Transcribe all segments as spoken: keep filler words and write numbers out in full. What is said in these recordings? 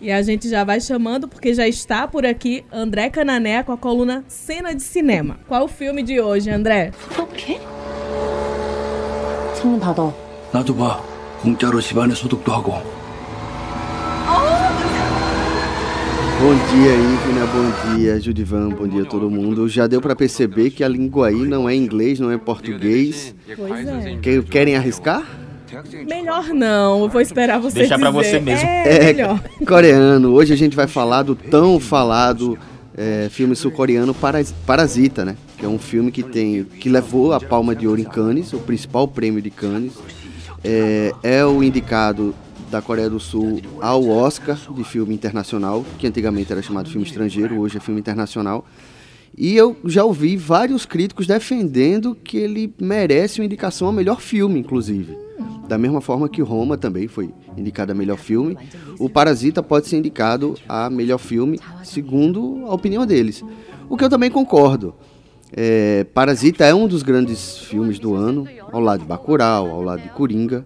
E a gente já vai chamando, porque já está por aqui André Canané com a coluna Cena de Cinema. Qual o filme de hoje, André? 어떻게? 창문 닫아. 나도 봐. 공짜로 집안에 소독도 하고. Bom dia, Ivna, bom dia, Judivan, bom dia a todo mundo. Já deu pra perceber que a língua aí não é inglês, não é português. Pois é. Que- Querem arriscar? Melhor não, eu vou esperar você Deixar dizer. pra você mesmo. É, melhor. Coreano. Hoje a gente vai falar do tão falado é, filme sul-coreano Paras- Parasita, né? Que é um filme que, tem, que levou a Palma de Ouro em Cannes, o principal prêmio de Cannes. É, é o indicado da Coreia do Sul ao Oscar de filme internacional, que antigamente era chamado filme estrangeiro, hoje é filme internacional. E eu já ouvi vários críticos defendendo que ele merece uma indicação a melhor filme, inclusive. Da mesma forma que Roma também foi indicado a melhor filme, o Parasita pode ser indicado a melhor filme, segundo a opinião deles. O que eu também concordo. É, Parasita é um dos grandes filmes do ano, ao lado de Bacurau, ao lado de Coringa.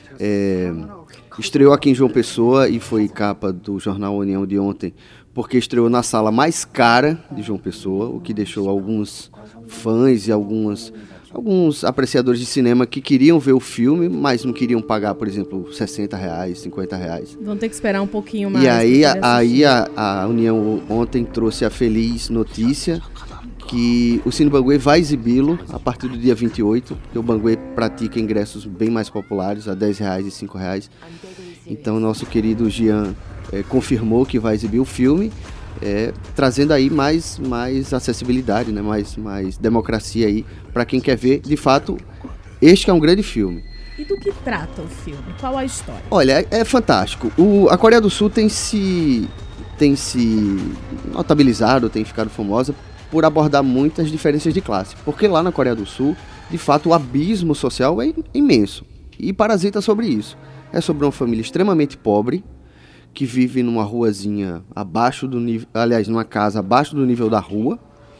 É, estreou aqui em João Pessoa e foi capa do jornal União de ontem, porque estreou na sala mais cara de João Pessoa, o que deixou alguns fãs e algumas, alguns apreciadores de cinema que queriam ver o filme, mas não queriam pagar, por exemplo, sessenta reais, cinquenta reais. Vão ter que esperar um pouquinho mais. E aí, pra poder aí assistir. a, a União ontem trouxe a feliz notícia que o Cine Banguê vai exibi-lo a partir do dia vinte e oito, porque o Banguê pratica ingressos bem mais populares, a dez reais e cinco reais. Então, nosso querido Jean é, confirmou que vai exibir o filme, é, trazendo aí mais, mais acessibilidade, né? mais, mais democracia aí para quem quer ver, de fato, este que é um grande filme. E do que trata o filme? Qual a história? Olha, é, é fantástico. O, a Coreia do Sul tem se, tem se notabilizado, tem ficado famosa por abordar muitas diferenças de classe. Porque lá na Coreia do Sul, de fato, o abismo social é imenso. E Parasita é sobre isso. É sobre uma família extremamente pobre, que vive numa ruazinha abaixo do nível... Aliás, numa casa abaixo do nível da rua.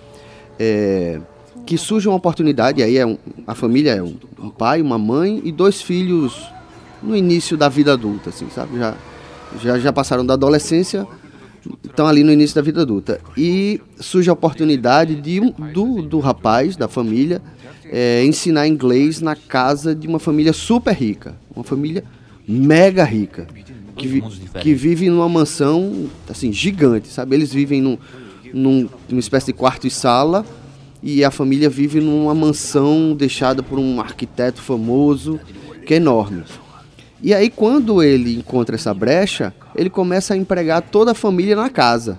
É, que surge uma oportunidade, aí é um, a família é um, um pai, uma mãe e dois filhos no início da vida adulta, assim, sabe? Já, já, já passaram da adolescência, estão ali no início da vida adulta. E surge a oportunidade de, um- do, do rapaz, da família, é, ensinar inglês na casa de uma família super rica. Uma família mega rica. Que, vi- que vive numa mansão, assim, gigante, sabe? Eles vivem num, num, numa espécie de quarto e sala, e a família vive numa mansão deixada por um arquiteto famoso, que é enorme. E aí, quando ele encontra essa brecha, ele começa a empregar toda a família na casa.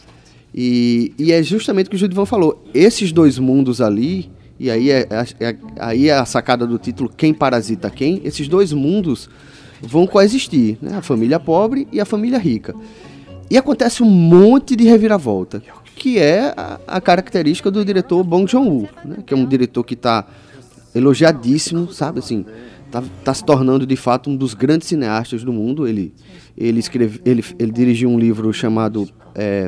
E, e é justamente o que o Judivan falou. Esses dois mundos ali, e aí é, é- é- aí é a sacada do título Quem Parasita Quem, esses dois mundos vão coexistir, né? A família pobre e a família rica. E acontece um monte de reviravolta, que é a, a característica do diretor Bong Joon-ho, né? Que é um diretor que está elogiadíssimo, sabe, assim, tá, tá se tornando de fato um dos grandes cineastas do mundo. Ele, ele, escreve, ele, ele dirigiu um livro chamado, é,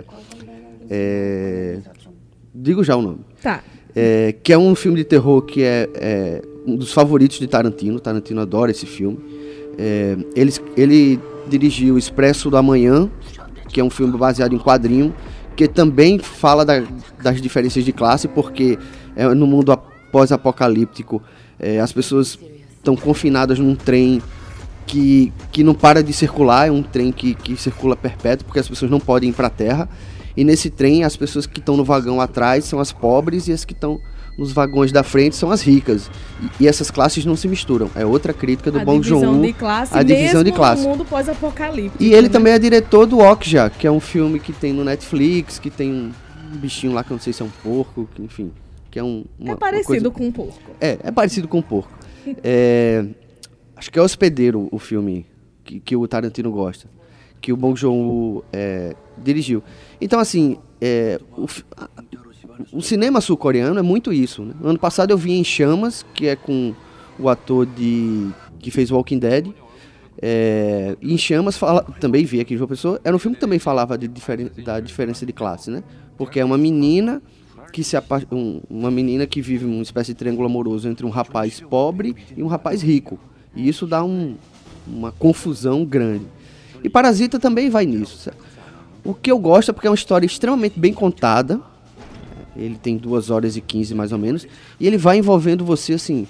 é, digo já o nome, Tá. é, que é um filme de terror que é, é um dos favoritos de Tarantino. Tarantino adora esse filme. É, ele, ele dirigiu Expresso do Amanhã, que é um filme baseado em quadrinho, que também fala da, das diferenças de classe, porque é, no mundo a- pós-apocalíptico, é, as pessoas estão confinadas num trem que, que não para de circular, é um trem que, que circula perpétuo, porque as pessoas não podem ir para a Terra, e nesse trem as pessoas que estão no vagão atrás são as pobres, e as que estão nos vagões da frente são as ricas, e, e essas classes não se misturam. É outra crítica do A Bong divisão Joon-ho, de classe, a divisão de mesmo classe. no mundo pós-apocalíptico. E ele né? também é diretor do Okja, que é um filme que tem no Netflix, que tem um bichinho lá que eu não sei se é um porco, que, enfim, que é um... Uma, É parecido uma coisa... com um porco. É, é parecido com um porco. É, acho que é Hospedeiro o filme que, que o Tarantino gosta, que o Bong Joon-ho é, dirigiu. Então, assim, é, o, fi- a- o cinema sul-coreano é muito isso, né? Ano passado eu vi Em Chamas, que é com o ator de, que fez Walking Dead. É, Em Chamas, fala, também vi aqui em João Pessoa, era um filme que também falava de diferen, da diferença de classe, né? Porque é uma menina que se apa- um, uma menina que vive uma espécie de triângulo amoroso entre um rapaz pobre e um rapaz rico. E isso dá um, uma confusão grande. E Parasita também vai nisso. Sabe? O que eu gosto é porque é uma história extremamente bem contada. Ele tem duas horas e quinze mais ou menos. E ele vai envolvendo você assim,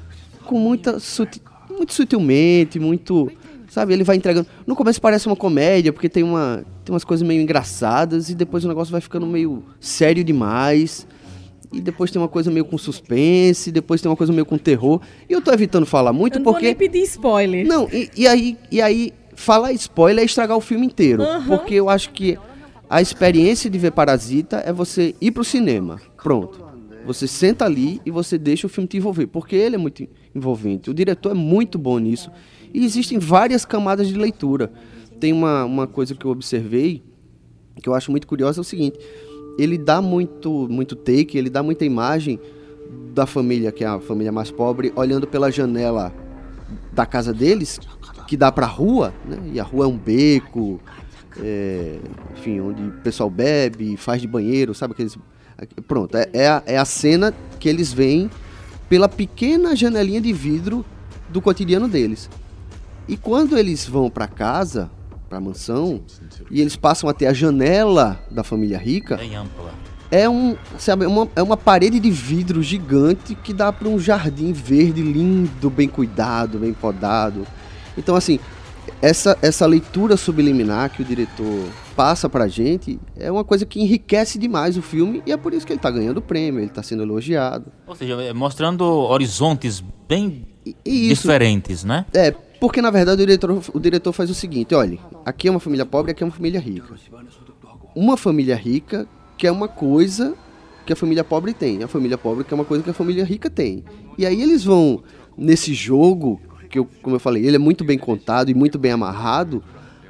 com muita suti- muito sutilmente, muito... Sabe, ele vai entregando... No começo parece uma comédia, porque tem, uma, tem umas coisas meio engraçadas, e depois o negócio vai ficando meio sério demais, e depois tem uma coisa meio com suspense, depois tem uma coisa meio com terror, e eu tô evitando falar muito eu não porque... vou nem pedir spoiler. Não, e, e, aí, e aí, falar spoiler é estragar o filme inteiro, Uhum. porque eu acho que a experiência de ver Parasita é você ir pro cinema, pronto. Você senta ali e você deixa o filme te envolver, porque ele é muito envolvente, o diretor é muito bom nisso. E existem várias camadas de leitura. Tem uma, uma coisa que eu observei, que eu acho muito curiosa, é o seguinte. Ele dá muito, muito take, ele dá muita imagem da família, que é a família mais pobre, olhando pela janela da casa deles, que dá pra rua, né? E a rua é um beco, é, enfim, onde o pessoal bebe, faz de banheiro, sabe? Aqueles, pronto, é, é, a, é a cena que eles veem pela pequena janelinha de vidro do cotidiano deles. E quando eles vão para casa, para a mansão, e eles passam até a janela da família rica, Bem ampla. é, um, sabe, uma, é uma parede de vidro gigante que dá para um jardim verde lindo, bem cuidado, bem podado. Então, assim, essa, essa leitura subliminar que o diretor passa pra gente é uma coisa que enriquece demais o filme, e é por isso que ele tá ganhando o prêmio, ele tá sendo elogiado. Ou seja, é mostrando horizontes bem E, e isso, diferentes, né? É, porque na verdade o diretor, o diretor faz o seguinte, olha, aqui é uma família pobre, aqui é uma família rica. Uma família rica que é uma coisa que a família pobre tem, a família pobre que é uma coisa que a família rica tem. E aí eles vão nesse jogo, que eu, como eu falei, ele é muito bem contado e muito bem amarrado,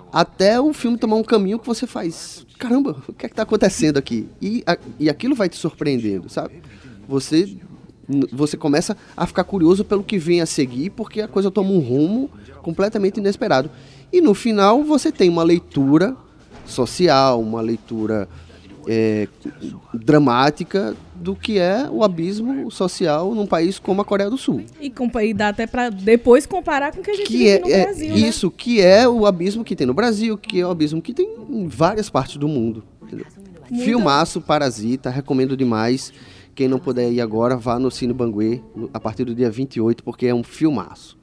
até o filme tomar um caminho que você faz, caramba, o que é que tá acontecendo aqui? E, a, e aquilo vai te surpreendendo, sabe? Você... Você começa a ficar curioso pelo que vem a seguir, porque a coisa toma um rumo completamente inesperado. E no final você tem uma leitura social, uma leitura é, dramática do que é o abismo social num país como a Coreia do Sul. E, compa- e dá até pra depois comparar com o que a gente Que vive é, no é Brasil, né? isso, que é o abismo que tem no Brasil, que é o abismo que tem em várias partes do mundo. Entendeu? Muito- Filmaço, Parasita, recomendo demais. Quem não puder ir agora, vá no Cine Banguê a partir do dia vinte e oito, porque é um filmaço.